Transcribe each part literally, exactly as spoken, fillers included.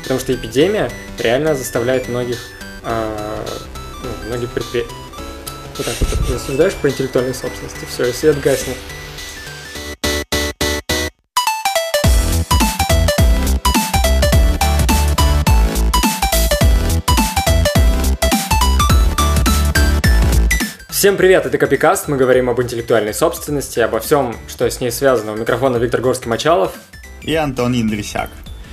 потому что эпидемия реально заставляет многих, э, ну, многих предприятий... Вот так вот рассуждаешь про интеллектуальную собственность, и все, и свет гаснет. Всем привет, это Копикаст, мы говорим об интеллектуальной собственности, обо всем, что с ней связано. У микрофона Виктор Горский-Мачалов и Антон Индрисяк.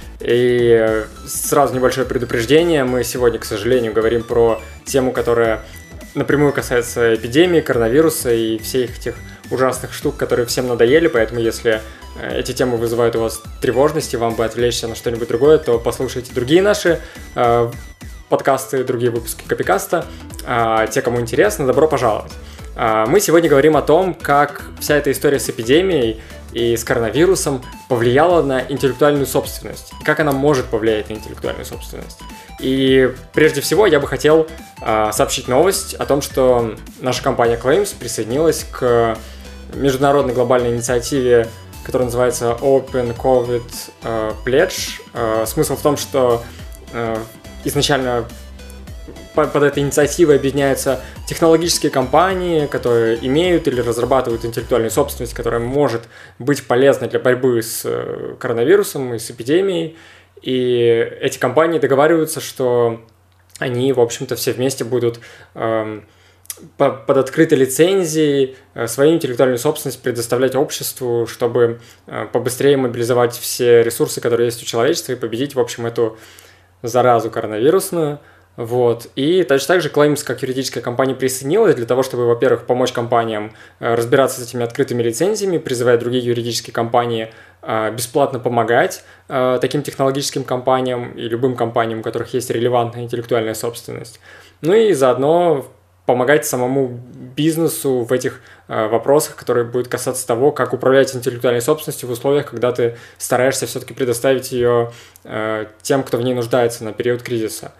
И сразу небольшое предупреждение, мы сегодня, к сожалению, говорим про тему, которая напрямую касается эпидемии, коронавируса и всех этих ужасных штук, которые всем надоели, поэтому если эти темы вызывают у вас тревожность и вам бы отвлечься на что-нибудь другое, то послушайте другие наши э, подкасты, другие выпуски Копикаста. А, те, кому интересно, добро пожаловать. А, мы сегодня говорим о том, как вся эта история с эпидемией и с коронавирусом повлияла на интеллектуальную собственность, и как она может повлиять на интеллектуальную собственность. И прежде всего я бы хотел а, сообщить новость о том, что наша компания Claims присоединилась к международной глобальной инициативе, которая называется Open COVID Pledge. А, смысл в том, что а, изначально под этой инициативой объединяются технологические компании, которые имеют или разрабатывают интеллектуальную собственность, которая может быть полезной для борьбы с коронавирусом и с эпидемией. И эти компании договариваются, что они, в общем-то, все вместе будут э, под открытой лицензией свою интеллектуальную собственность предоставлять обществу, чтобы э, побыстрее мобилизовать все ресурсы, которые есть у человечества, и победить, в общем, эту заразу коронавирусную. Вот. И точно так же Claims, как юридическая компания, присоединилась для того, чтобы, во-первых, помочь компаниям разбираться с этими открытыми лицензиями, призывая другие юридические компании бесплатно помогать таким технологическим компаниям и любым компаниям, у которых есть релевантная интеллектуальная собственность. Ну и заодно помогать самому бизнесу в этих вопросах, которые будут касаться того, как управлять интеллектуальной собственностью в условиях, когда ты стараешься все-таки предоставить ее тем, кто в ней нуждается на период кризиса.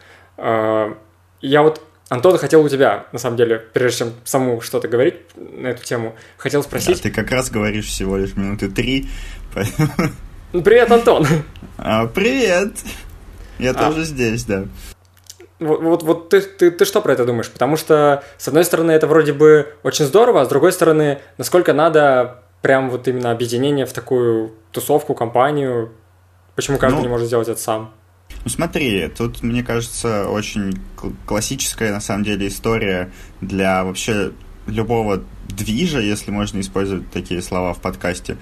Я вот, Антон, хотел у тебя, на самом деле, прежде чем саму что-то говорить на эту тему, хотел спросить... Да, ты как раз говоришь всего лишь минуты три. Привет, Антон! А, привет! Я а. тоже здесь, да. Вот, вот, вот ты, ты, ты что про это думаешь? Потому что, с одной стороны, это вроде бы очень здорово, а с другой стороны, насколько надо прям вот именно объединение в такую тусовку, компанию, почему каждый ну... не может сделать это сам? Ну смотри, тут, мне кажется, очень классическая, на самом деле, история для вообще любого движа, если можно использовать такие слова в подкасте.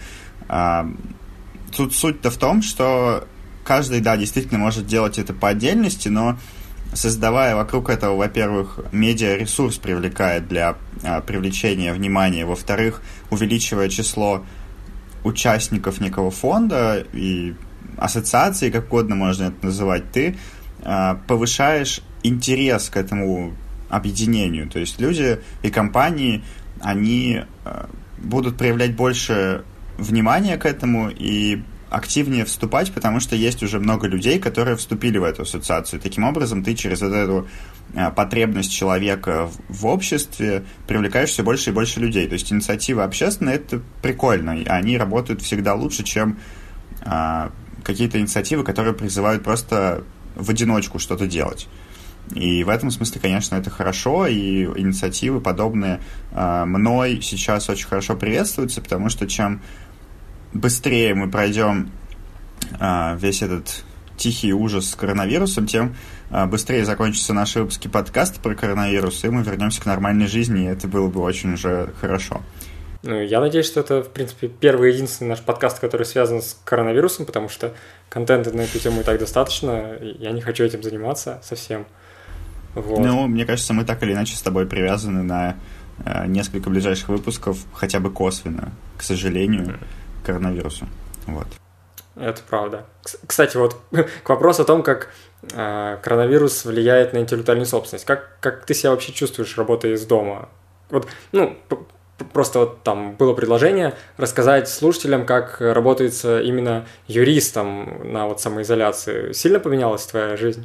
Тут суть-то в том, что каждый, да, действительно может делать это по отдельности, но создавая вокруг этого, во-первых, медиаресурс привлекает для привлечения внимания, во-вторых, увеличивая число участников некого фонда и ассоциации, как угодно можно это называть, ты э, повышаешь интерес к этому объединению. То есть люди и компании, они э, будут проявлять больше внимания к этому и активнее вступать, потому что есть уже много людей, которые вступили в эту ассоциацию. Таким образом, ты через вот эту э, потребность человека в, в обществе привлекаешь все больше и больше людей. То есть инициатива общественная — это прикольно, и они работают всегда лучше, чем э, какие-то инициативы, которые призывают просто в одиночку что-то делать. И в этом смысле, конечно, это хорошо, и инициативы подобные э, мной сейчас очень хорошо приветствуются, потому что чем быстрее мы пройдем э, весь этот тихий ужас с коронавирусом, тем э, быстрее закончатся наши выпуски подкаста про коронавирус, и мы вернемся к нормальной жизни, и это было бы очень уже хорошо. Ну, я надеюсь, что это, в принципе, первый и единственный наш подкаст, который связан с коронавирусом, потому что контента на эту тему и так достаточно, и я не хочу этим заниматься совсем. Вот. Ну, мне кажется, мы так или иначе с тобой привязаны на э, несколько ближайших выпусков, хотя бы косвенно, к сожалению, mm. к коронавирусу. Вот. Это правда. Кстати, вот к вопросу о том, как э, коронавирус влияет на интеллектуальную собственность. Как, как ты себя вообще чувствуешь, работая из дома? Вот, ну, просто вот там было предложение рассказать слушателям, как работается именно юристом на вот самоизоляции. Сильно поменялась твоя жизнь?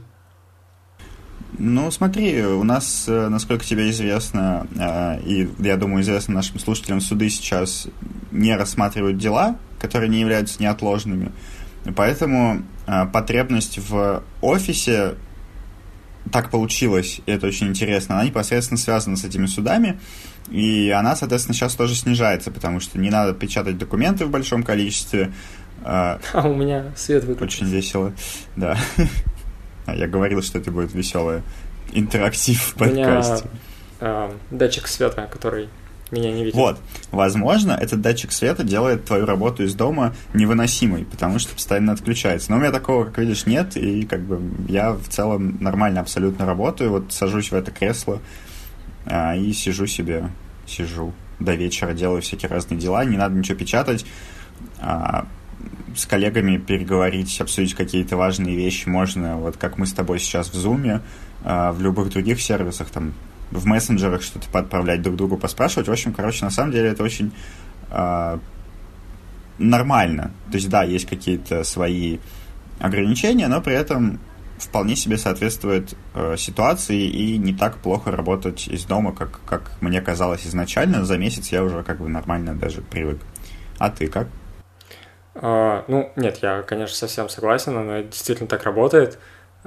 Ну, смотри, у нас, насколько тебе известно, и, я думаю, известно нашим слушателям, суды сейчас не рассматривают дела, которые не являются неотложными. Поэтому потребность в офисе, так получилось, и это очень интересно, она непосредственно связана с этими судами, и она, соответственно, сейчас тоже снижается, потому что не надо печатать документы в большом количестве. А у меня свет выключен. Очень весело, да. Я говорил, что это будет веселый интерактив в подкасте. У меня э, датчик света, который меня не видит. Вот, возможно, этот датчик света делает твою работу из дома невыносимой, потому что постоянно отключается. Но у меня такого, как видишь, нет, и как бы я в целом нормально абсолютно работаю. Вот сажусь в это кресло а, и сижу себе, сижу до вечера, делаю всякие разные дела, не надо ничего печатать. А, с коллегами переговорить, обсудить какие-то важные вещи можно, вот как мы с тобой сейчас в Zoom, а, в любых других сервисах, там, в мессенджерах что-то поотправлять друг другу, поспрашивать. В общем, короче, на самом деле это очень э, нормально. То есть, да, есть какие-то свои ограничения, но при этом вполне себе соответствует э, ситуации и не так плохо работать из дома, как, как мне казалось изначально. За месяц я уже как бы нормально даже привык. А ты как? А, ну, нет, я, конечно, совсем согласен, оно действительно так работает.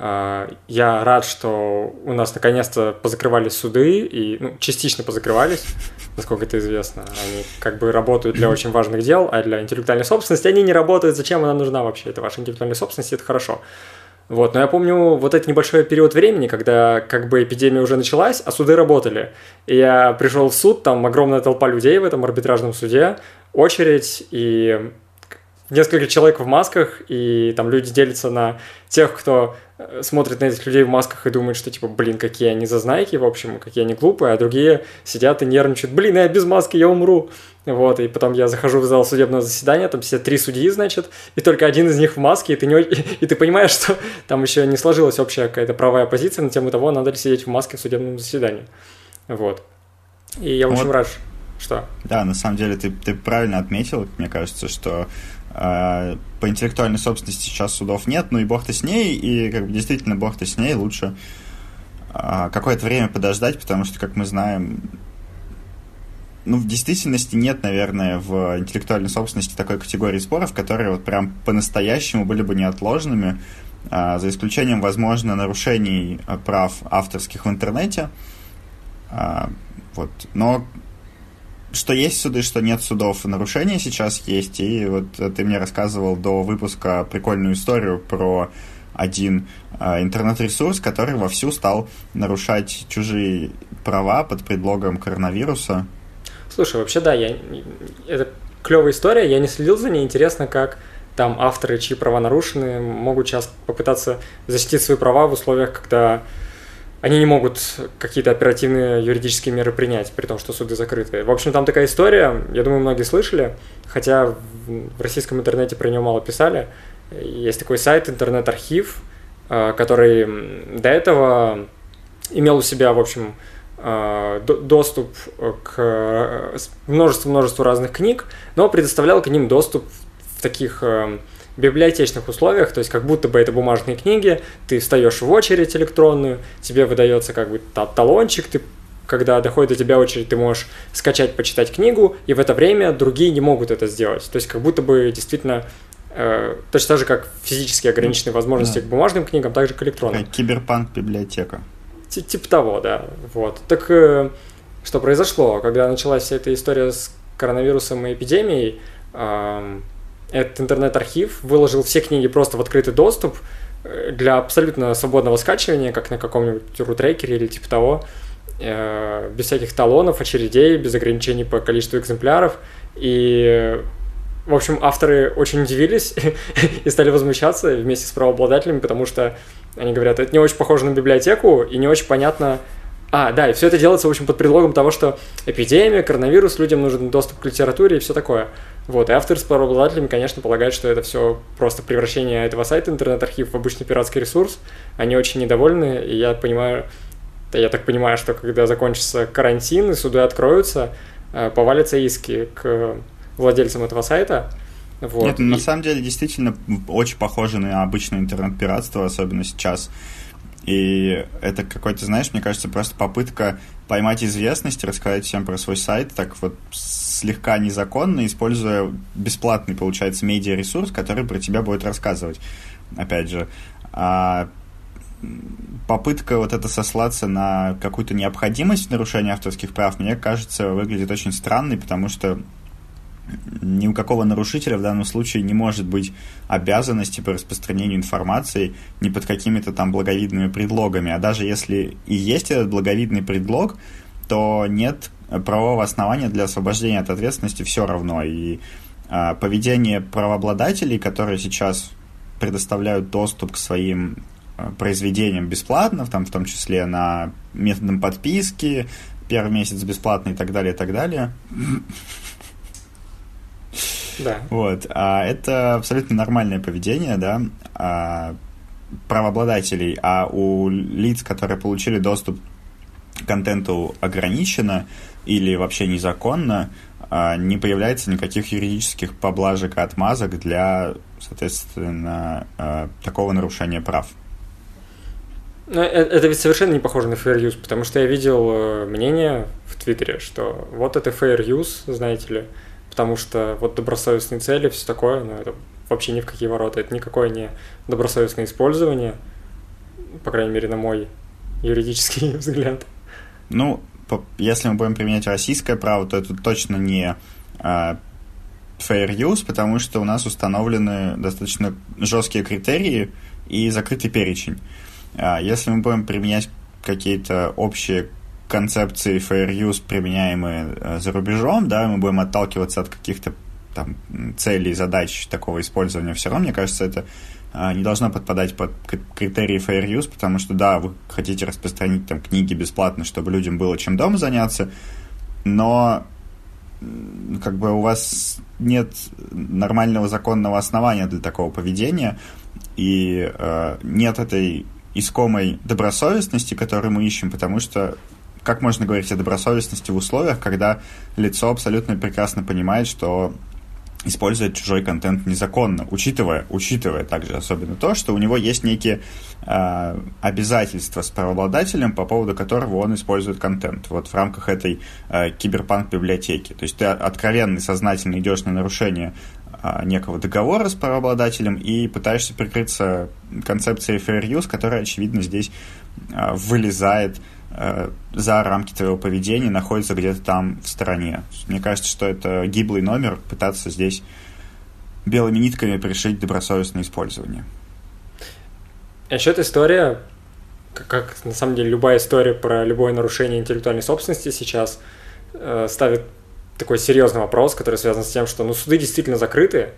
Я рад, что у нас наконец-то позакрывались суды, и ну, частично позакрывались, насколько это известно. Они как бы работают для очень важных дел, а для интеллектуальной собственности они не работают. Зачем она нужна вообще? Это ваша интеллектуальная собственность, это хорошо. Вот. Но я помню вот этот небольшой период времени, когда как бы эпидемия уже началась, а суды работали. И я пришел в суд, там огромная толпа людей в этом арбитражном суде, очередь, и несколько человек в масках, и там люди делятся на тех, кто смотрит на этих людей в масках и думает, что типа, блин, какие они зазнайки, в общем, какие они глупые, а другие сидят и нервничают, блин, я без маски, я умру. Вот, и потом я захожу в зал судебного заседания, там все три судьи, значит, и только один из них в маске, и ты, не, и ты понимаешь, что там еще не сложилась общая какая-то правая позиция на тему того, надо ли сидеть в маске в судебном заседании. Вот. И я очень вот. рад, что... Да, на самом деле ты, ты правильно отметил, мне кажется, что по интеллектуальной собственности сейчас судов нет, ну и бог-то с ней, и как бы действительно бог-то с ней, лучше а, какое-то время подождать, потому что, как мы знаем, ну, в действительности нет, наверное, в интеллектуальной собственности такой категории споров, которые вот прям по-настоящему были бы неотложными, а, за исключением, возможно, нарушений прав авторских в интернете. А, вот, но что есть суды, что нет судов, нарушения сейчас есть. И вот ты мне рассказывал до выпуска прикольную историю про один э, интернет-ресурс, который вовсю стал нарушать чужие права под предлогом коронавируса. Слушай, вообще да, я... это клевая история, я не следил за ней. Интересно, как там авторы, чьи права нарушены, могут сейчас попытаться защитить свои права в условиях, когда они не могут какие-то оперативные юридические меры принять, при том, что суды закрыты. В общем, там такая история, я думаю, многие слышали, хотя в российском интернете про нее мало писали. Есть такой сайт «Интернет-архив», который до этого имел у себя, в общем, доступ к множеству-множеству разных книг, но предоставлял к ним доступ в таких библиотечных условиях, то есть как будто бы это бумажные книги, ты встаешь в очередь электронную, тебе выдается как бы талончик, ты, когда доходит до тебя очередь, ты можешь скачать, почитать книгу, и в это время другие не могут это сделать. То есть как будто бы действительно э, точно так же, как физически ограниченные возможности да. к бумажным книгам, так же к электронным. Киберпанк-библиотека. Типа того, да. Вот. Так э, что произошло? Когда началась вся эта история с коронавирусом и эпидемией, э, этот интернет-архив выложил все книги просто в открытый доступ для абсолютно свободного скачивания, как на каком-нибудь рутрекере или типа того, без всяких талонов, очередей, без ограничений по количеству экземпляров. И, в общем, авторы очень удивились и стали возмущаться вместе с правообладателями, потому что они говорят, это не очень похоже на библиотеку и не очень понятно... А, да, и все это делается, в общем, под предлогом того, что эпидемия, коронавирус, людям нужен доступ к литературе и все такое. Вот, и авторы с правообладателями, конечно, полагают, что это все просто превращение этого сайта, интернет-архив, в обычный пиратский ресурс. Они очень недовольны, и я понимаю, да, я так понимаю, что когда закончится карантин и суды откроются, повалятся иски к владельцам этого сайта. Вот. Нет, и... на самом деле действительно очень похоже на обычное интернет-пиратство, особенно сейчас. И это какой-то, знаешь, мне кажется, просто попытка поймать известность, рассказать всем про свой сайт, так вот слегка незаконно, используя бесплатный, получается, медиаресурс, который про тебя будет рассказывать. опять же. А попытка вот это сослаться на какую-то необходимость нарушения авторских прав, мне кажется, выглядит очень странной, потому что ни у какого нарушителя в данном случае не может быть обязанности по распространению информации ни под какими-то там благовидными предлогами. А даже если и есть этот благовидный предлог, то нет правового основания для освобождения от ответственности все равно. И а, поведение правообладателей, которые сейчас предоставляют доступ к своим а, произведениям бесплатно, там, в том числе на методом подписки, первый месяц бесплатно и так далее, и так далее. Да. Вот. А это абсолютно нормальное поведение, да, а, правообладателей, а у лиц, которые получили доступ к контенту ограниченно или вообще незаконно, а, не появляется никаких юридических поблажек и отмазок для, соответственно, а, такого нарушения прав. Но это ведь совершенно не похоже на fair use, потому что я видел мнение в Твиттере, что вот это fair use, знаете ли, потому что вот добросовестные цели, все такое, но это вообще ни в какие ворота, это никакое не добросовестное использование, по крайней мере, на мой юридический взгляд. Ну, если мы будем применять российское право, то это точно не э, fair use, потому что у нас установлены достаточно жесткие критерии и закрытый перечень. Э, если мы будем применять какие-то общие концепции fair use, применяемые э, за рубежом, да, мы будем отталкиваться от каких-то там целей, задач такого использования, все равно, мне кажется, это э, не должно подпадать под критерии fair use, потому что, да, вы хотите распространить там книги бесплатно, чтобы людям было чем дома заняться, но как бы у вас нет нормального законного основания для такого поведения, и э, нет этой искомой добросовестности, которую мы ищем, потому что как можно говорить о добросовестности в условиях, когда лицо абсолютно прекрасно понимает, что использует чужой контент незаконно, учитывая, учитывая также особенно то, что у него есть некие э, обязательства с правообладателем, по поводу которого он использует контент. Вот в рамках этой э, киберпанк-библиотеки. То есть ты откровенно и сознательно идешь на нарушение э, некого договора с правообладателем и пытаешься прикрыться концепцией fair use, которая, очевидно, здесь э, вылезает за рамки твоего поведения, находится где-то там в стороне. Мне кажется, что это гиблый номер пытаться здесь белыми нитками пришить добросовестное использование. А еще эта история, как, как на самом деле любая история про любое нарушение интеллектуальной собственности сейчас э, ставит такой серьезный вопрос, который связан с тем, что ну, суды действительно закрыты,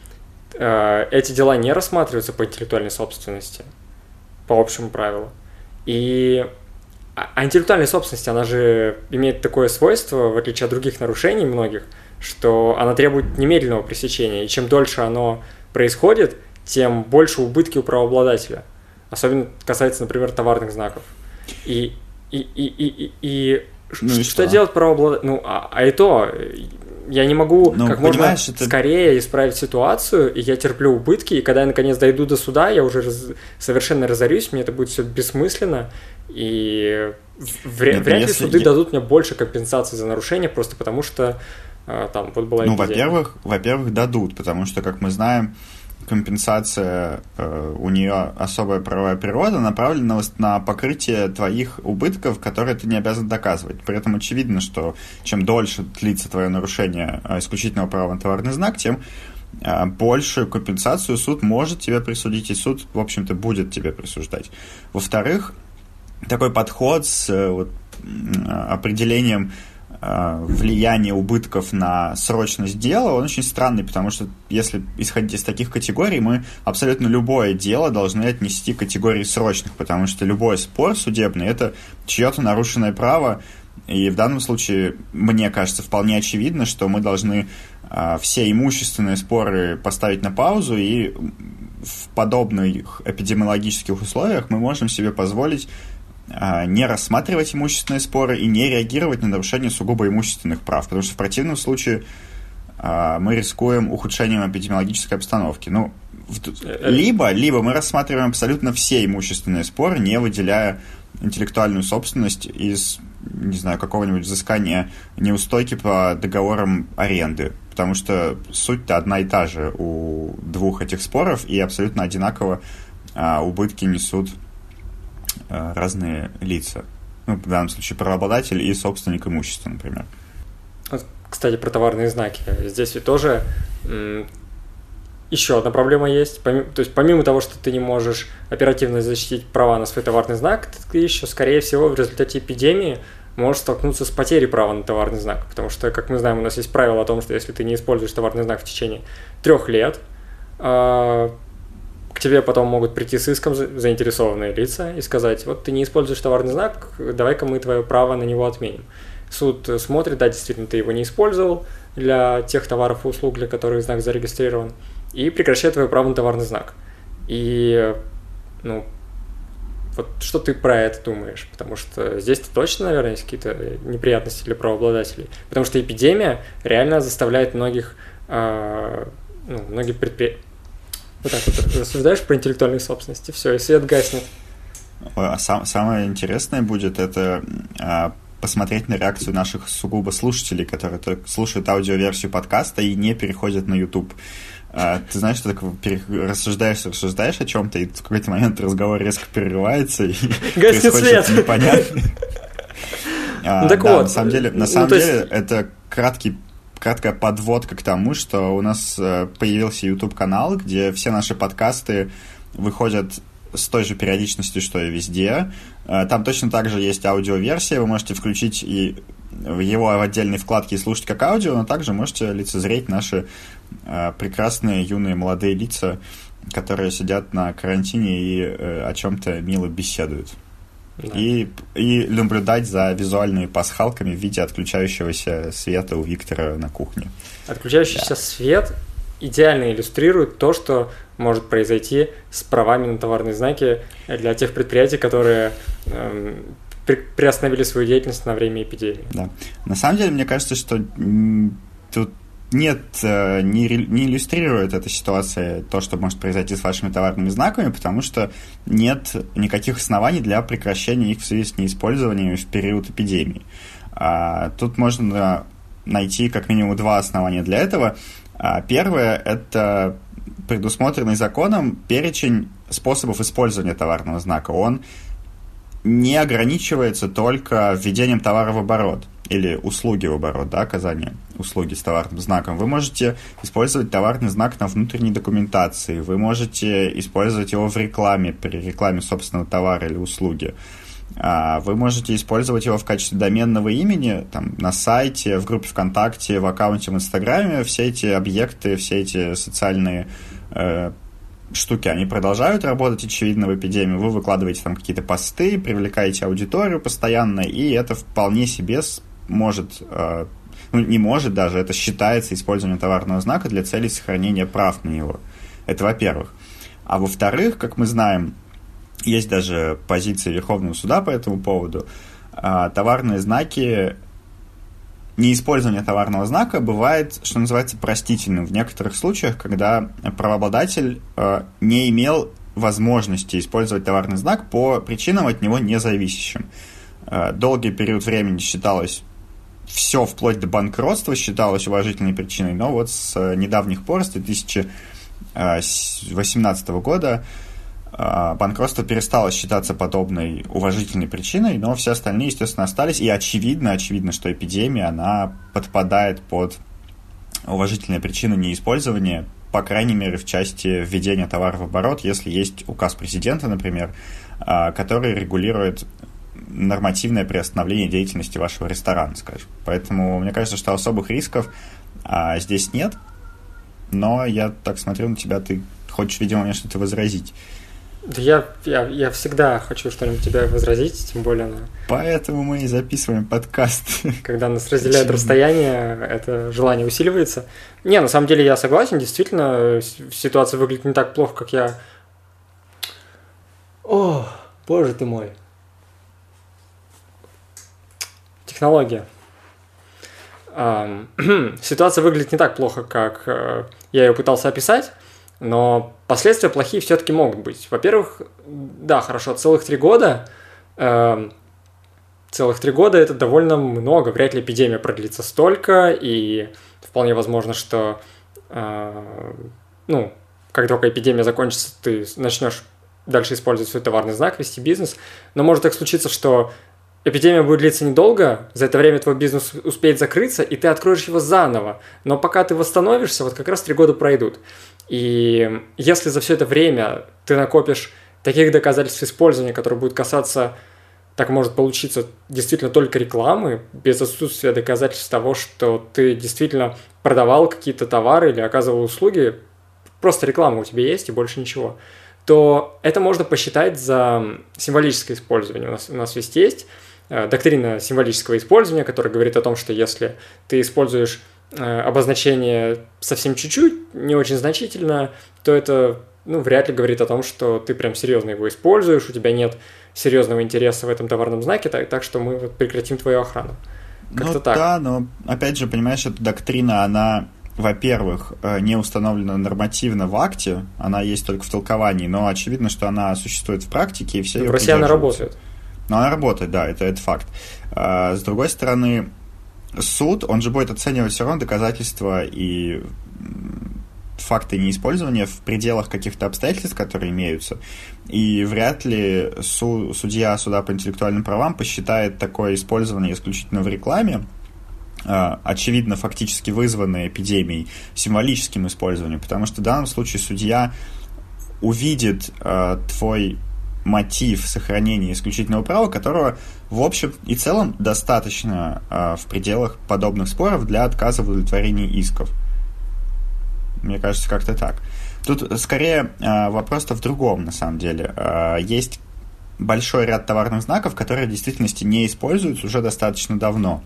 э, эти дела не рассматриваются по интеллектуальной собственности, по общему правилу. И А интеллектуальная собственность, она же имеет такое свойство, в отличие от других нарушений многих, что она требует немедленного пресечения. И чем дольше оно происходит, тем больше убытки у правообладателя. Особенно касается, например, товарных знаков. И, и, и, и, и, и ну что, что делать правообладатель? Ну, а, а и то, я не могу ну, как можно это... скорее исправить ситуацию, и я терплю убытки, и когда я наконец дойду до суда, я уже раз... совершенно разорюсь, мне это будет все бессмысленно, и вряд, Нет, вряд ли суды я... дадут мне больше компенсации за нарушение, просто потому что а, там вот была Ну, эпидемия. во-первых, во-первых, дадут, потому что, как мы знаем, компенсация, э, у нее особая правовая природа, направлена на покрытие твоих убытков, которые ты не обязан доказывать. При этом очевидно, что чем дольше длится твое нарушение исключительного права на товарный знак, тем э, большую компенсацию суд может тебе присудить, и суд, в общем-то, будет тебе присуждать. Во-вторых, такой подход с э, вот, определением влияние убытков на срочность дела, он очень странный, потому что если исходить из таких категорий, мы абсолютно любое дело должны отнести к категории срочных, потому что любой спор судебный – это чье-то нарушенное право, и в данном случае, мне кажется, вполне очевидно, что мы должны все имущественные споры поставить на паузу, и в подобных эпидемиологических условиях мы можем себе позволить не рассматривать имущественные споры и не реагировать на нарушение сугубо имущественных прав, потому что в противном случае мы рискуем ухудшением эпидемиологической обстановки. Ну, Либо, либо мы рассматриваем абсолютно все имущественные споры, не выделяя интеллектуальную собственность из, не знаю, какого-нибудь взыскания неустойки по договорам аренды. Потому что суть-то одна и та же у двух этих споров, и абсолютно одинаково а, убытки несут а, разные лица. Ну, в данном случае правообладатель и собственник имущества, например. Кстати, про товарные знаки. Здесь ведь тоже м- еще одна проблема есть. Помимо, то есть помимо того, что ты не можешь оперативно защитить права на свой товарный знак, ты еще, скорее всего, в результате эпидемии можешь столкнуться с потерей права на товарный знак. Потому что, как мы знаем, у нас есть правило о том, что если ты не используешь товарный знак в течение трех лет, э- к тебе потом могут прийти с иском заинтересованные лица и сказать: вот ты не используешь товарный знак, давай-ка мы твое право на него отменим. Суд смотрит, да, действительно, ты его не использовал для тех товаров и услуг, для которых знак зарегистрирован, и прекращает твое право на товарный знак. И, ну, вот что ты про это думаешь? Потому что здесь-то точно, наверное, есть какие-то неприятности для правообладателей. Потому что эпидемия реально заставляет многих, э, ну, многие предприятия... Вот так вот рассуждаешь про интеллектуальную собственность, и все, и свет гаснет. Сам, самое интересное будет это а, посмотреть на реакцию наших сугубо слушателей, которые только слушают аудиоверсию подкаста и не переходят на YouTube. А, ты знаешь, что такое, рассуждаешь, рассуждаешь о чем-то, и в какой-то момент разговор резко прерывается, и гаснет свет. Непонятно. Ну так вот. На самом деле, на самом деле это краткий краткая подводка к тому, что у нас появился YouTube-канал, где все наши подкасты выходят с той же периодичностью, что и везде. Там точно так же есть аудиоверсия, вы можете включить и его в отдельной вкладке и слушать как аудио, но также можете лицезреть наши прекрасные юные молодые лица, которые сидят на карантине и о чем-то мило беседуют. Да. И, и наблюдать за визуальными пасхалками в виде отключающегося света у Виктора на кухне. Отключающийся да. свет идеально иллюстрирует то, что может произойти с правами на товарные знаки для тех предприятий, которые э, при, приостановили свою деятельность на время эпидемии. Да. На самом деле, мне кажется, что м- тут нет, не, не иллюстрирует эта ситуация то, что может произойти с вашими товарными знаками, потому что нет никаких оснований для прекращения их в связи с неиспользованием в период эпидемии. А, тут можно найти как минимум два основания для этого. А, первое – это предусмотренный законом перечень способов использования товарного знака. Он не ограничивается только введением товара в оборот или услуги в оборот, да, оказание услуги с товарным знаком. Вы можете использовать товарный знак на внутренней документации, вы можете использовать его в рекламе, при рекламе собственного товара или услуги. Вы можете использовать его в качестве доменного имени там, на сайте, в группе ВКонтакте, в аккаунте в Инстаграме. Все эти объекты, все эти социальные э, штуки, они продолжают работать, очевидно, в эпидемии. Вы выкладываете там какие-то посты, привлекаете аудиторию постоянно, и это вполне себе может, э, ну не может даже, это считается использованием товарного знака для целей сохранения прав на него. Это во-первых. А во-вторых, как мы знаем, есть даже позиции Верховного суда по этому поводу, э, товарные знаки, неиспользование товарного знака бывает, что называется, простительным в некоторых случаях, когда правообладатель э, не имел возможности использовать товарный знак по причинам от него независящим. Э, долгий период времени считалось, все вплоть до банкротства считалось уважительной причиной, но вот с недавних пор, с две тысячи восемнадцатого года, банкротство перестало считаться подобной уважительной причиной, но все остальные, естественно, остались. И очевидно, очевидно, что эпидемия, она подпадает под уважительные причины неиспользования, по крайней мере, в части введения товара в оборот, если есть указ президента, например, который регулирует нормативное приостановление деятельности вашего ресторана, скажем. Поэтому мне кажется, что особых рисков а, здесь нет, но я так смотрю на тебя, ты хочешь, видимо, мне что-то возразить. Да я, я, я всегда хочу что-нибудь тебе возразить, тем более на... Поэтому мы и записываем подкаст. Когда нас разделяет расстояние, это желание усиливается. Не, на самом деле я согласен, действительно, ситуация выглядит не так плохо, как я... О, боже ты мой. Технология. Ситуация выглядит не так плохо, как я ее пытался описать, но последствия плохие все-таки могут быть. Во-первых, да, хорошо, целых три года, э, целых три года это довольно много, вряд ли эпидемия продлится столько, и вполне возможно, что, э, ну, как только эпидемия закончится, ты начнешь дальше использовать свой товарный знак, вести бизнес, но может так случиться, что эпидемия будет длиться недолго, за это время твой бизнес успеет закрыться, и ты откроешь его заново. Но пока ты восстановишься, вот как раз три года пройдут. И если за все это время ты накопишь таких доказательств использования, которые будут касаться, так может получиться, действительно только рекламы, без отсутствия доказательств того, что ты действительно продавал какие-то товары или оказывал услуги, просто реклама у тебя есть и больше ничего, то это можно посчитать за символическое использование. У нас, у нас есть есть доктрина символического использования, которая говорит о том, что если ты используешь э, обозначение совсем чуть-чуть, не очень значительно, то это, ну, вряд ли говорит о том, что ты прям серьезно его используешь, у тебя нет серьезного интереса в этом товарном знаке, так, так что мы вот прекратим твою охрану. Как-то ну так. Да, но опять же, понимаешь, эта доктрина, она, во-первых, не установлена нормативно в акте, она есть только в толковании, но очевидно, что она существует в практике, и все ее в России она работает. Но она работает, да, это, это факт. А, с другой стороны, суд, он же будет оценивать все равно доказательства и факты неиспользования в пределах каких-то обстоятельств, которые имеются. И вряд ли суд, судья суда по интеллектуальным правам посчитает такое использование исключительно в рекламе, а, очевидно, фактически вызванное эпидемией, символическим использованием, потому что в данном случае судья увидит а, твой мотив сохранения исключительного права, которого в общем и целом достаточно э, в пределах подобных споров для отказа в удовлетворении исков. Мне кажется, как-то так. Тут скорее э, вопрос-то в другом, на самом деле. Э, есть большой ряд товарных знаков, которые в действительности не используются уже достаточно давно.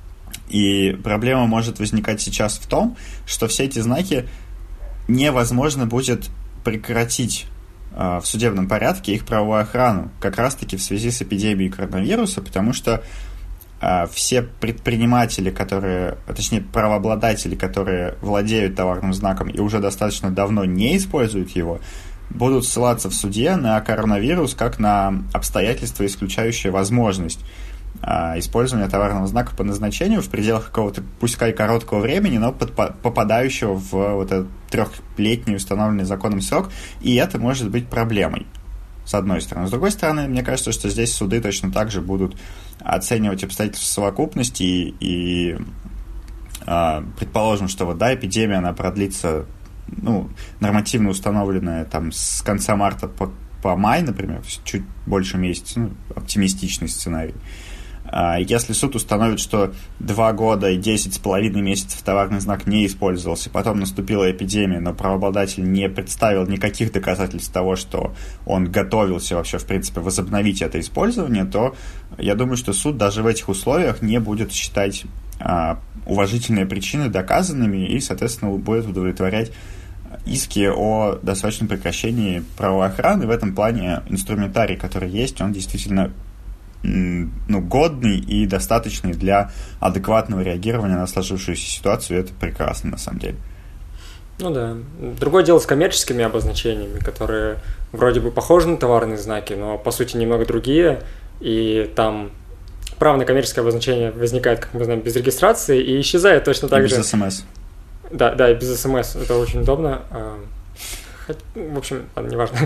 И проблема может возникать сейчас в том, что все эти знаки невозможно будет прекратить в судебном порядке их правовую охрану, как раз-таки в связи с эпидемией коронавируса, потому что э, все предприниматели, которые, точнее, правообладатели, которые владеют товарным знаком и уже достаточно давно не используют его, будут ссылаться в суде на коронавирус как на обстоятельства, исключающие возможность э, использования товарного знака по назначению в пределах какого-то, пускай короткого времени, но под, попадающего в вот этот трехлетний установленный законом срок, и это может быть проблемой, с одной стороны. С другой стороны, мне кажется, что здесь суды точно так же будут оценивать обстоятельства совокупности, и, и э, предположим, что вот, да, эпидемия, она продлится, ну, нормативно установленная там с конца марта по, по май, например, чуть больше месяца, ну, оптимистичный сценарий. Если суд установит, что два года и десять с половиной месяцев товарный знак не использовался, потом наступила эпидемия, но правообладатель не представил никаких доказательств того, что он готовился вообще, в принципе, возобновить это использование, то я думаю, что суд даже в этих условиях не будет считать а, уважительные причины доказанными и, соответственно, будет удовлетворять иски о досрочном прекращении правовой охраны. В этом плане инструментарий, который есть, он действительно ну, годный и достаточный для адекватного реагирования на сложившуюся ситуацию. Это прекрасно, на самом деле. Ну да. Другое дело с коммерческими обозначениями, которые вроде бы похожи на товарные знаки, но по сути немного другие, и там право на коммерческое обозначение возникает, как мы знаем, без регистрации и исчезает точно так и же. Без СМС. Да, да, и без СМС. Это очень удобно. В общем, ладно, неважно.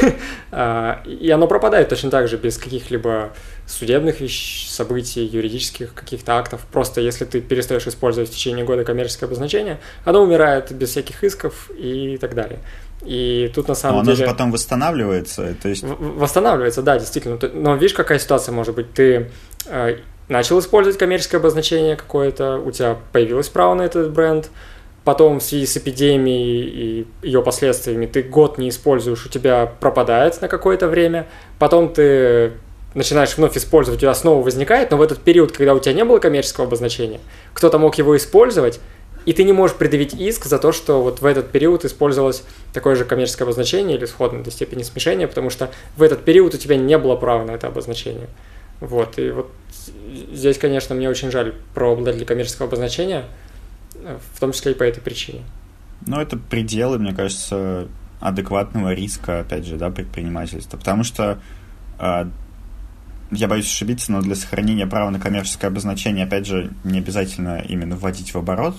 И оно пропадает точно так же, без каких-либо судебных вещ, событий, юридических каких-то актов. Просто если ты перестаешь использовать в течение года коммерческое обозначение, оно умирает без всяких исков и так далее. И тут на самом Но деле... оно же потом восстанавливается, то есть... Восстанавливается, да, действительно. Но видишь, какая ситуация может быть? Ты э, начал использовать коммерческое обозначение какое-то, у тебя появилось право на этот бренд, потом в связи с эпидемией и ее последствиями ты год не используешь, у тебя пропадает на какое-то время, потом ты начинаешь вновь использовать, у тебя снова возникает, но в этот период, когда у тебя не было коммерческого обозначения, кто-то мог его использовать, и ты не можешь предъявить иск за то, что вот в этот период использовалось такое же коммерческое обозначение или сходное до степени смешения, потому что в этот период у тебя не было права на это обозначение. Вот, и вот здесь, конечно, мне очень жаль правообладателей коммерческого обозначения, в том числе и по этой причине. Ну, это пределы, мне кажется, адекватного риска, опять же, да, предпринимательства. Потому что э, я боюсь ошибиться, но для сохранения права на коммерческое обозначение, опять же, не обязательно именно вводить в оборот.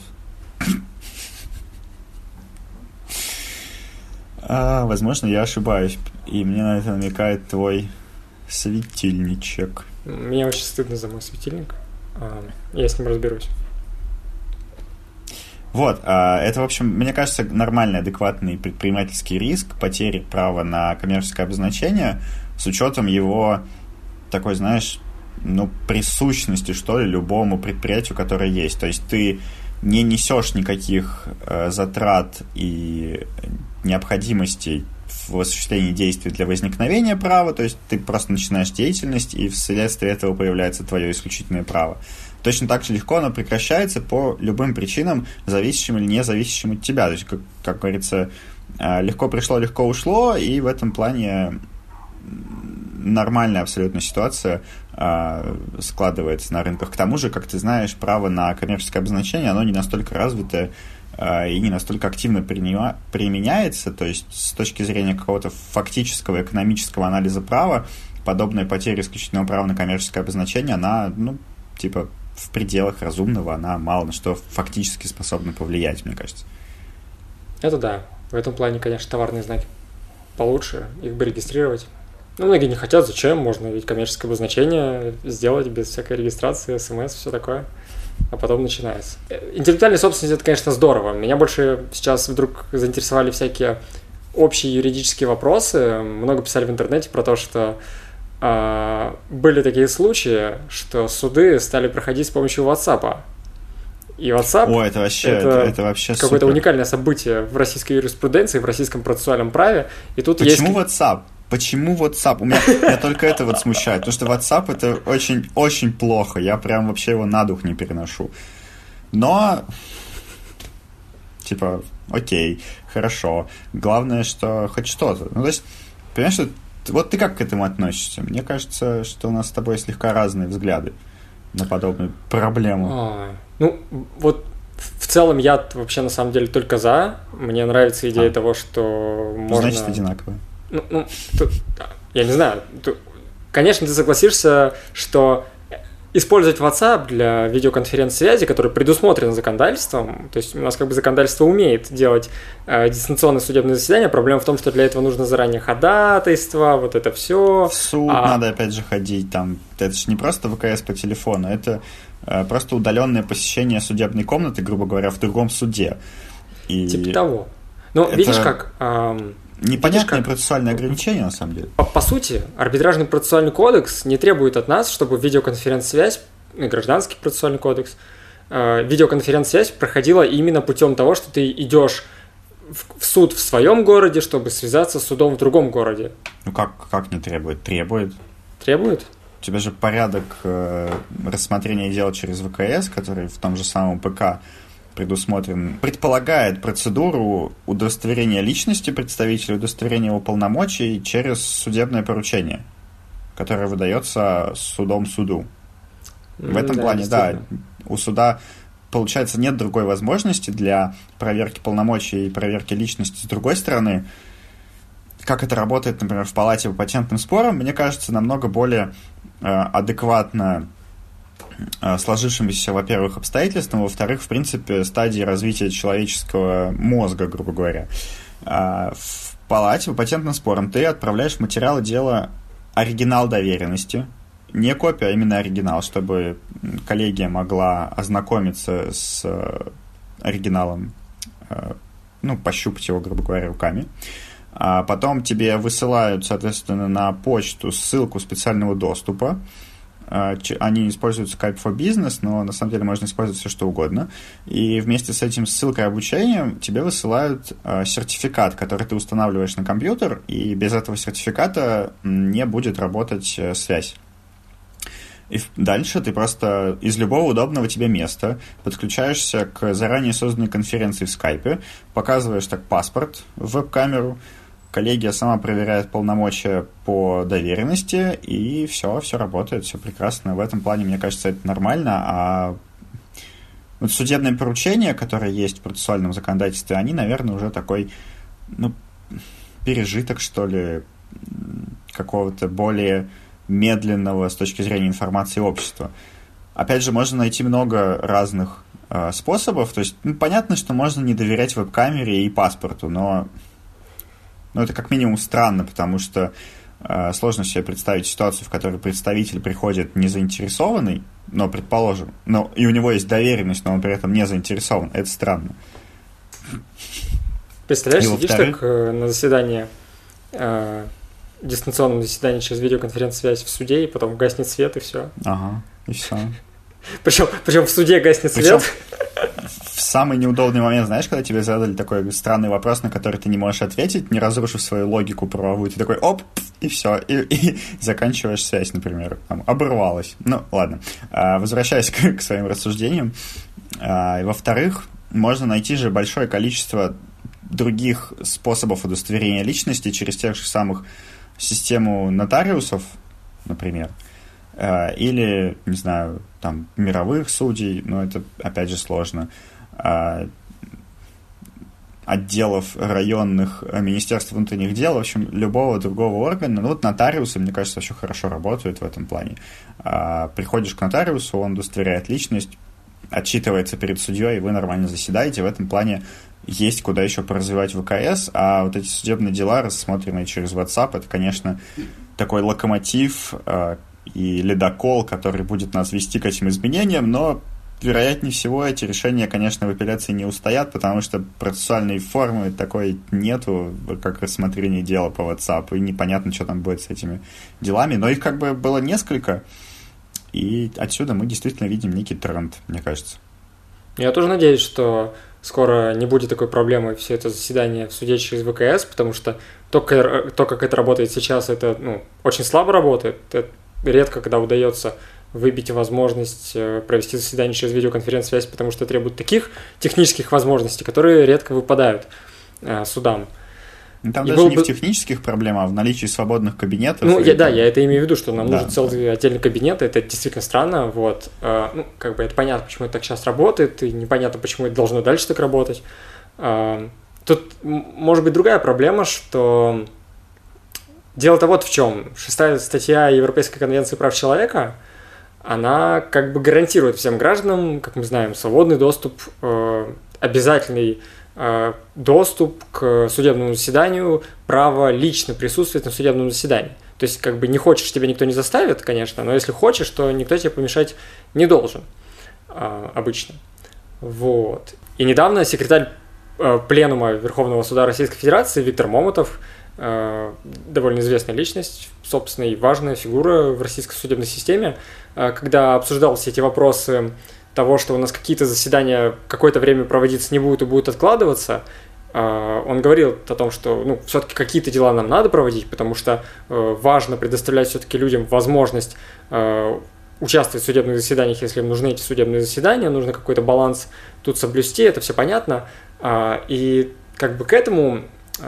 А, возможно, я ошибаюсь, и мне на это намекает твой светильничек. Мне очень стыдно за мой светильник. Я с ним разберусь. Вот, это, в общем, мне кажется, нормальный, адекватный предпринимательский риск потери права на коммерческое обозначение с учетом его такой, знаешь, ну, присущности, что ли, любому предприятию, которое есть. То есть ты не несешь никаких э, затрат и необходимостей в осуществлении действий для возникновения права, то есть ты просто начинаешь деятельность, и вследствие этого появляется твое исключительное право. Точно так же легко оно прекращается по любым причинам, зависящим или не зависящим от тебя. То есть, как, как говорится, легко пришло, легко ушло, и в этом плане нормальная абсолютно ситуация э, складывается на рынках. К тому же, как ты знаешь, право на коммерческое обозначение, оно не настолько развитое э, и не настолько активно принима, применяется. То есть, с точки зрения какого-то фактического экономического анализа права, подобная потеря исключительного права на коммерческое обозначение, она, ну, типа, в пределах разумного, она мало на что фактически способна повлиять, мне кажется. Это да. В этом плане, конечно, товарные знаки получше, их бы регистрировать. Ну, многие не хотят, зачем? Можно ведь коммерческое обозначение сделать без всякой регистрации, смс, все такое. А потом начинается. Интеллектуальная собственность – это, конечно, здорово. Меня больше сейчас вдруг заинтересовали всякие общие юридические вопросы. Много писали в интернете про то, что э, были такие случаи, что суды стали проходить с помощью WhatsApp. И WhatsApp О, это вообще, это, это, это вообще какое-то супер. уникальное событие в российской юриспруденции, в российском процессуальном праве. И тут Почему есть... WhatsApp? Почему WhatsApp? У меня, меня только это вот смущает, потому что WhatsApp это очень-очень плохо. Я прям вообще его на дух не переношу. Но, типа, окей, хорошо. Главное, что хоть что-то. Ну, то есть, понимаешь, что, вот ты как к этому относишься? Мне кажется, что у нас с тобой слегка разные взгляды на подобную проблему. А, ну, вот в целом я вообще на самом деле только за. Мне нравится идея а. того, что можно... Значит, одинаково. Ну, ну тут, я не знаю. Тут, конечно, ты согласишься, что использовать WhatsApp для видеоконференц-связи, которая предусмотрена законодательством, то есть у нас как бы законодательство умеет делать э, дистанционное судебное заседание, проблема в том, что для этого нужно заранее ходатайство, вот это все. В суд а... надо опять же ходить, там, это же не просто ВКС по телефону, это э, просто удаленное посещение судебной комнаты, грубо говоря, в другом суде. И типа того. Но это... видишь как... Эм... Непонятное процессуальное ограничение, на самом деле. По, по сути, арбитражный процессуальный кодекс не требует от нас, чтобы видеоконференц-связь, и гражданский процессуальный кодекс, э, видеоконференц-связь проходила именно путем того, что ты идешь в, в суд в своем городе, чтобы связаться с судом в другом городе. Ну как, как не требует? Требует. Требует? У тебя же порядок э, рассмотрения дел через ВКС, который в том же самом ПК предусмотрен, предполагает процедуру удостоверения личности представителя, удостоверения его полномочий через судебное поручение, которое выдается судом суду. В mm, этом да, плане, да, у суда, получается, нет другой возможности для проверки полномочий и проверки личности. С другой стороны, как это работает, например, в палате по патентным спорам, мне кажется, намного более э, адекватно сложившимися, во-первых, обстоятельствам, во-вторых, в принципе, стадии развития человеческого мозга, грубо говоря. В палате по патентным спорам ты отправляешь материалы дела оригинал доверенности, не копия, а именно оригинал, чтобы коллегия могла ознакомиться с оригиналом, ну, пощупать его, грубо говоря, руками. А потом тебе высылают, соответственно, на почту ссылку специального доступа. Они используют Skype for Business, но на самом деле можно использовать все, что угодно. И вместе с этим ссылкой обучением тебе высылают сертификат, который ты устанавливаешь на компьютер, и без этого сертификата не будет работать связь. И дальше ты просто из любого удобного тебе места подключаешься к заранее созданной конференции в Skype, показываешь так паспорт в веб-камеру, коллегия сама проверяет полномочия по доверенности, и все, все работает, все прекрасно. В этом плане, мне кажется, это нормально. А вот судебные поручения, которые есть в процессуальном законодательстве, они, наверное, уже такой, ну, пережиток, что ли, какого-то более медленного с точки зрения информации общества. Опять же, можно найти много разных э, способов. То есть, ну, понятно, что можно не доверять веб-камере и паспорту, но, но это как минимум странно, потому что э, сложно себе представить ситуацию, в которой представитель приходит не заинтересованный, но, предположим, но, и у него есть доверенность, но он при этом не заинтересован. Это странно. Представляешь, и сидишь так э, на заседании, э, дистанционном заседании через видеоконференц-связь в суде, и потом гаснет свет, и все. Ага, и все. Причем, причем в суде гаснет свет. В самый неудобный момент, знаешь, когда тебе задали такой странный вопрос, на который ты не можешь ответить, не разрушив свою логику правовую, ты такой оп, и все, и, и заканчиваешь связь, например, там, оборвалась. Ну, ладно. А, возвращаясь к, к своим рассуждениям. А, и во-вторых, можно найти же большое количество других способов удостоверения личности через тех же самых систему нотариусов, например, или, не знаю, там, мировых судей, но это, опять же, сложно, отделов районных Министерств внутренних дел, в общем, любого другого органа. Ну, вот нотариусы, мне кажется, очень хорошо работают в этом плане. Приходишь к нотариусу, он удостоверяет личность, отчитывается перед судьей, и вы нормально заседаете. В этом плане есть куда еще поразвивать ВКС, а вот эти судебные дела, рассмотренные через WhatsApp, это, конечно, такой локомотив э, и ледокол, который будет нас вести к этим изменениям, но, вероятнее всего, эти решения, конечно, в апелляции не устоят, потому что процессуальной формы такой нету, как рассмотрение дела по WhatsApp, и непонятно, что там будет с этими делами, но их как бы было несколько, и отсюда мы действительно видим некий тренд, мне кажется. Я тоже надеюсь, что скоро не будет такой проблемы все это заседание в суде через ВКС, потому что то, как, то, как это работает сейчас, это ну, очень слабо работает. Это редко, когда удается выбить возможность провести заседание через видеоконференц-связь, потому что требует таких технических возможностей, которые редко выпадают э, судам. Там и даже не бы... в технических проблемах, а в наличии свободных кабинетов. Ну, я, да, я это имею в виду, что нам да, нужен целый да. отдельный кабинет, это действительно странно, вот. А, ну, как бы это понятно, почему это так сейчас работает, и непонятно, почему это должно дальше так работать. А, тут может быть другая проблема, что дело-то вот в чем. Шестая статья Европейской конвенции прав человека, она как бы гарантирует всем гражданам, как мы знаем, свободный доступ, э, обязательный доступ к судебному заседанию, право лично присутствовать на судебном заседании. То есть, как бы не хочешь, тебя никто не заставит, конечно, но если хочешь, то никто тебе помешать не должен обычно. Вот. И недавно секретарь Пленума Верховного суда Российской Федерации Виктор Момотов, довольно известная личность, собственно, и важная фигура в российской судебной системе, когда обсуждал все эти вопросы того, что у нас какие-то заседания какое-то время проводиться не будут и будут откладываться, он говорил о том, что ну, все-таки какие-то дела нам надо проводить, потому что важно предоставлять все-таки людям возможность участвовать в судебных заседаниях, если им нужны эти судебные заседания, нужно какой-то баланс тут соблюсти, это все понятно. И как бы к этому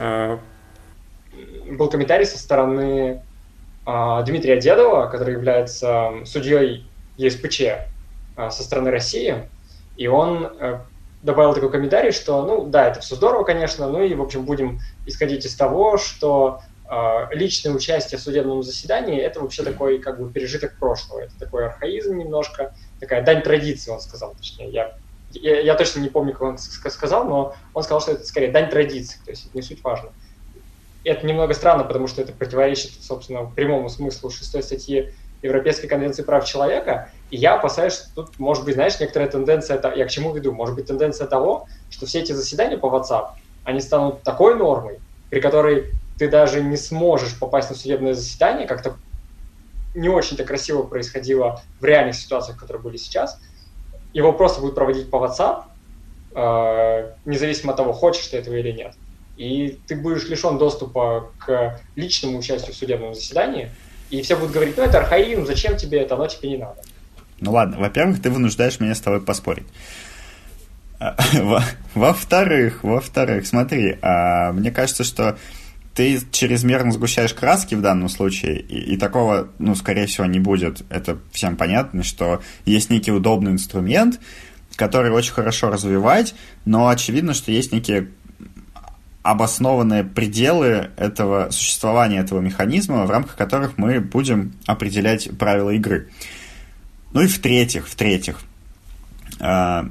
был комментарий со стороны Дмитрия Дедова, который является судьей ЕСПЧ со стороны России, и он добавил такой комментарий, что, ну, да, это все здорово, конечно, ну и, в общем, будем исходить из того, что э, личное участие в судебном заседании – это вообще такой, как бы, пережиток прошлого, это такой архаизм немножко, такая дань традиции, он сказал, точнее, я, я, я точно не помню, как он сказал, но он сказал, что это скорее дань традиции, то есть это не суть важно. Это немного странно, потому что это противоречит, собственно, прямому смыслу шестой статьи Европейской конвенции прав человека, и я опасаюсь, что тут может быть, знаешь, некоторая тенденция, я к чему веду, может быть тенденция того, что все эти заседания по WhatsApp, они станут такой нормой, при которой ты даже не сможешь попасть на судебное заседание, как-то не очень-то красиво происходило в реальных ситуациях, которые были сейчас, его просто будут проводить по WhatsApp, э, независимо от того, хочешь ты этого или нет, и ты будешь лишен доступа к личному участию в судебном заседании, и все будут говорить, ну это архаизм, зачем тебе это, оно тебе не надо. Ну ладно, во-первых, ты вынуждаешь меня с тобой поспорить. Во-вторых, во-вторых, смотри, мне кажется, что ты чрезмерно сгущаешь краски в данном случае, и, и такого, ну, скорее всего, не будет. Это всем понятно, что есть некий удобный инструмент, который очень хорошо развивать, но очевидно, что есть некие обоснованные пределы этого существования этого механизма, в рамках которых мы будем определять правила игры. Ну и в-третьих, в-третьих, я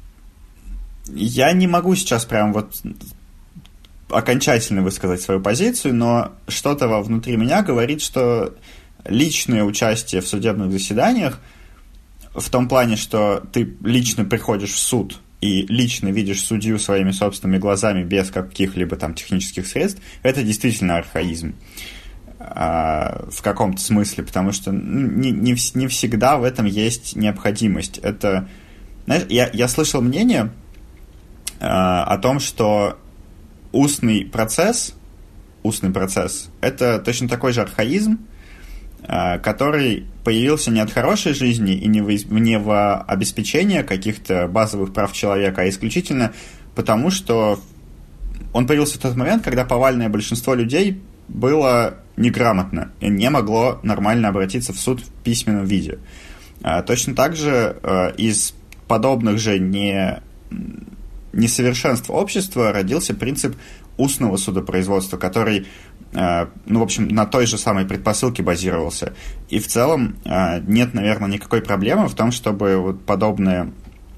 не могу сейчас прям вот окончательно высказать свою позицию, но что-то внутри меня говорит, что личное участие в судебных заседаниях в том плане, что ты лично приходишь в суд и лично видишь судью своими собственными глазами без каких-либо там технических средств, это действительно архаизм а, в каком-то смысле, потому что не, не, не всегда в этом есть необходимость. Это, знаешь, я, я слышал мнение а, о том, что устный процесс, устный процесс, это точно такой же архаизм, который появился не от хорошей жизни и не в, не в обеспечении каких-то базовых прав человека, а исключительно потому, что он появился в тот момент, когда повальное большинство людей было неграмотно и не могло нормально обратиться в суд в письменном виде. Точно так же из подобных же не, несовершенств общества родился принцип устного судопроизводства, который, ну, в общем, на той же самой предпосылке базировался. И в целом нет, наверное, никакой проблемы в том, чтобы вот подобное,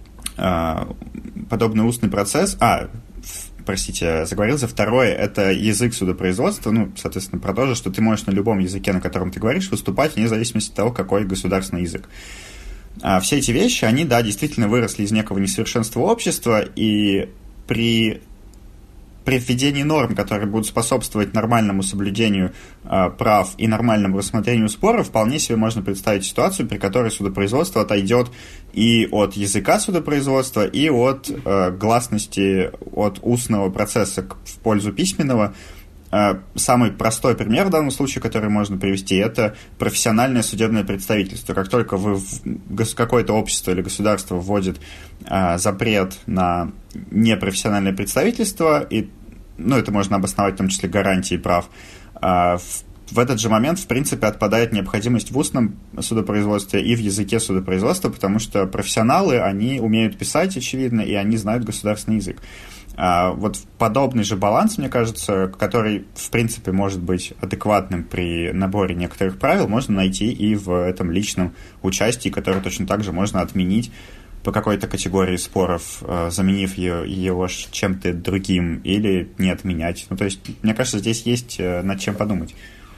подобный устный процесс... А, простите, заговорился. Второе — это язык судопроизводства. Ну, соответственно, про то же, что ты можешь на любом языке, на котором ты говоришь, выступать, вне зависимости от того, какой государственный язык. А все эти вещи, они, да, действительно выросли из некого несовершенства общества, и при... при введении норм, которые будут способствовать нормальному соблюдению э, прав и нормальному рассмотрению споров, вполне себе можно представить ситуацию, при которой судопроизводство отойдет и от языка судопроизводства, и от э, гласности, от устного процесса в пользу письменного. Э, самый простой пример в данном случае, который можно привести, это профессиональное судебное представительство. Как только вы в какое-то общество или государство вводит э, запрет на непрофессиональное представительство, и, ну, это можно обосновать в том числе гарантией прав, э, в, в этот же момент, в принципе, отпадает необходимость в устном судопроизводстве и в языке судопроизводства, потому что профессионалы, они умеют писать, очевидно, и они знают государственный язык. Вот подобный же баланс, мне кажется, который, в принципе, может быть адекватным при наборе некоторых правил, можно найти и в этом личном участии, которое точно так же можно отменить по какой-то категории споров, заменив ее, его чем-то другим, или не отменять. Ну, то есть, мне кажется, здесь есть над чем подумать.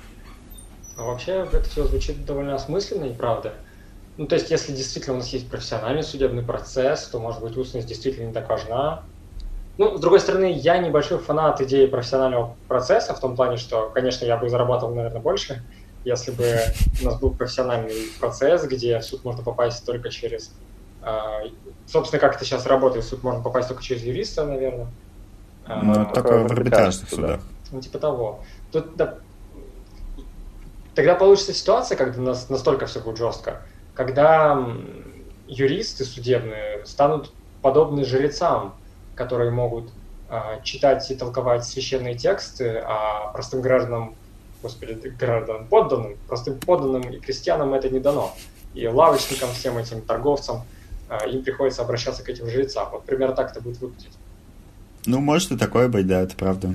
А вообще, это все звучит довольно осмысленно и правда. Ну, то есть, если действительно у нас есть профессиональный судебный процесс, то, может быть, устность действительно не так важна. Ну, с другой стороны, я небольшой фанат идеи профессионального процесса, в том плане, что, конечно, я бы зарабатывал, наверное, больше, если бы у нас был профессиональный процесс, где в суд можно попасть только через... Э, собственно, как это сейчас работает, в суд можно попасть только через юриста, наверное. Ну, э, только в арбитражных судах. Ну, типа того. Тут, да, тогда получится ситуация, когда у нас настолько все будет жестко, когда юристы судебные станут подобны жрецам, которые могут э, читать и толковать священные тексты, а простым гражданам, господи, гражданам подданным, простым подданным и крестьянам это не дано. И лавочникам, всем этим торговцам, э, им приходится обращаться к этим жрецам. Вот примерно так это будет выглядеть. Ну, может и такое быть, да, это правда.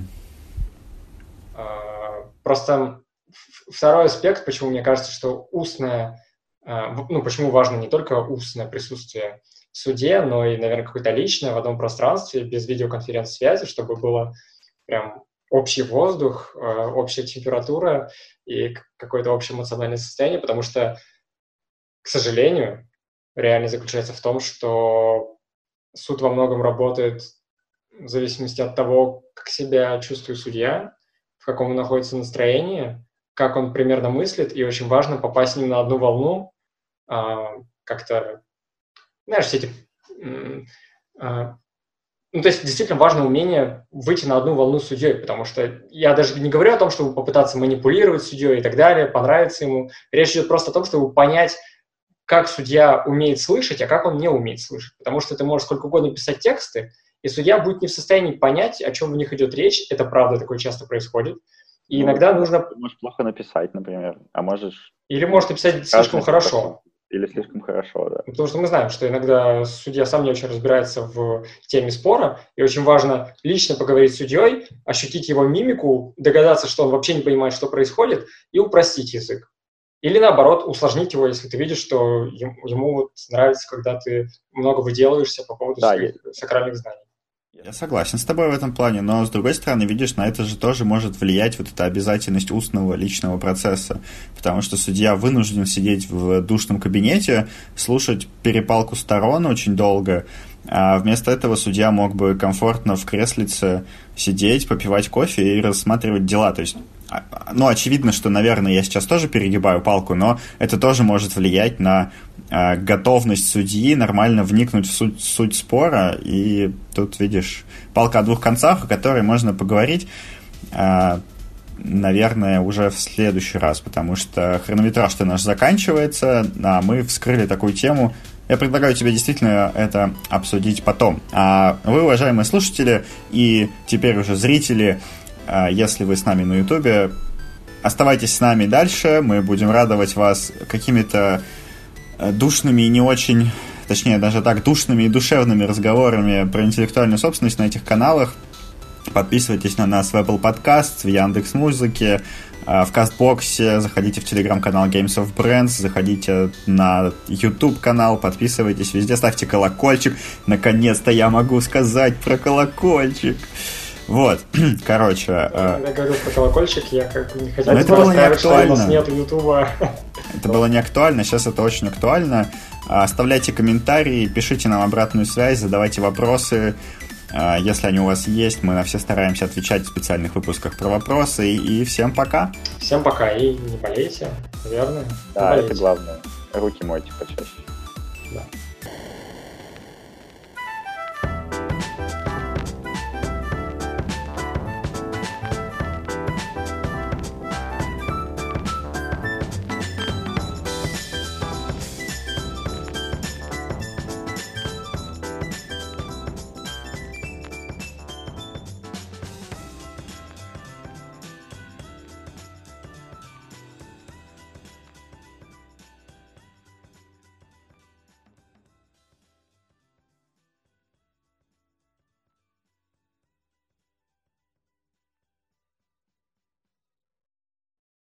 Э, просто второй аспект, почему мне кажется, что устное, э, ну, почему важно не только устное присутствие в суде, но и, наверное, какое-то личное в одном пространстве, без видеоконференц-связи, чтобы было прям общий воздух, общая температура и какое-то общее эмоциональное состояние, потому что, к сожалению, реальность заключается в том, что суд во многом работает в зависимости от того, как себя чувствует судья, в каком он находится настроении, как он примерно мыслит, и очень важно попасть с ним на одну волну, как-то... Знаешь, все эти... Э, ну, то есть, действительно важно умение выйти на одну волну с судьей, потому что я даже не говорю о том, чтобы попытаться манипулировать судьей и так далее, понравиться ему. Речь идет просто о том, чтобы понять, как судья умеет слышать, а как он не умеет слышать. Потому что ты можешь сколько угодно писать тексты, и судья будет не в состоянии понять, о чем в них идет речь. Это правда, такое часто происходит. И ну, иногда нужно... Ты можешь плохо написать, например, а можешь... Или можешь написать слишком хорошо. или слишком хорошо, да. Потому что мы знаем, что иногда судья сам не очень разбирается в теме спора, и очень важно лично поговорить с судьей, ощутить его мимику, догадаться, что он вообще не понимает, что происходит, и упростить язык. Или, наоборот, усложнить его, если ты видишь, что ему вот нравится, когда ты много выделываешься по поводу да, своих я... сакральных знаний. Я согласен с тобой в этом плане, но, с другой стороны, видишь, на это же тоже может влиять вот эта обязательность устного личного процесса, потому что судья вынужден сидеть в душном кабинете, слушать перепалку сторон очень долго, а вместо этого судья мог бы комфортно в креслице сидеть, попивать кофе и рассматривать дела. То есть, ну, очевидно, что, наверное, я сейчас тоже перегибаю палку, но это тоже может влиять на э, готовность судьи нормально вникнуть в суть, суть спора. И тут, видишь, палка о двух концах, о которой можно поговорить, э, наверное, уже в следующий раз, потому что хронометраж-то наш заканчивается, а мы вскрыли такую тему. Я предлагаю тебе действительно это обсудить потом. А вы, уважаемые слушатели и теперь уже зрители, если вы с нами на Ютубе, оставайтесь с нами дальше. Мы будем радовать вас какими-то душными и не очень, точнее даже так, душными и душевными разговорами про интеллектуальную собственность на этих каналах. Подписывайтесь на нас в Apple Podcasts, в Яндекс.Музыке, в Кастбоксе, заходите в телеграм-канал Games of Brands, заходите на YouTube-канал, подписывайтесь везде, ставьте колокольчик. Наконец-то я могу сказать про колокольчик. Вот, короче... Я э... говорил про колокольчик, я как бы не хотел поставить, что у нас нет Ютуба. Это было не актуально, сейчас это очень актуально. Оставляйте комментарии, пишите нам обратную связь, задавайте вопросы. Если они у вас есть, мы на все стараемся отвечать в специальных выпусках про вопросы. И всем пока. Всем пока. И не болейте, наверное. Да, это главное. Руки мойте почаще. Да.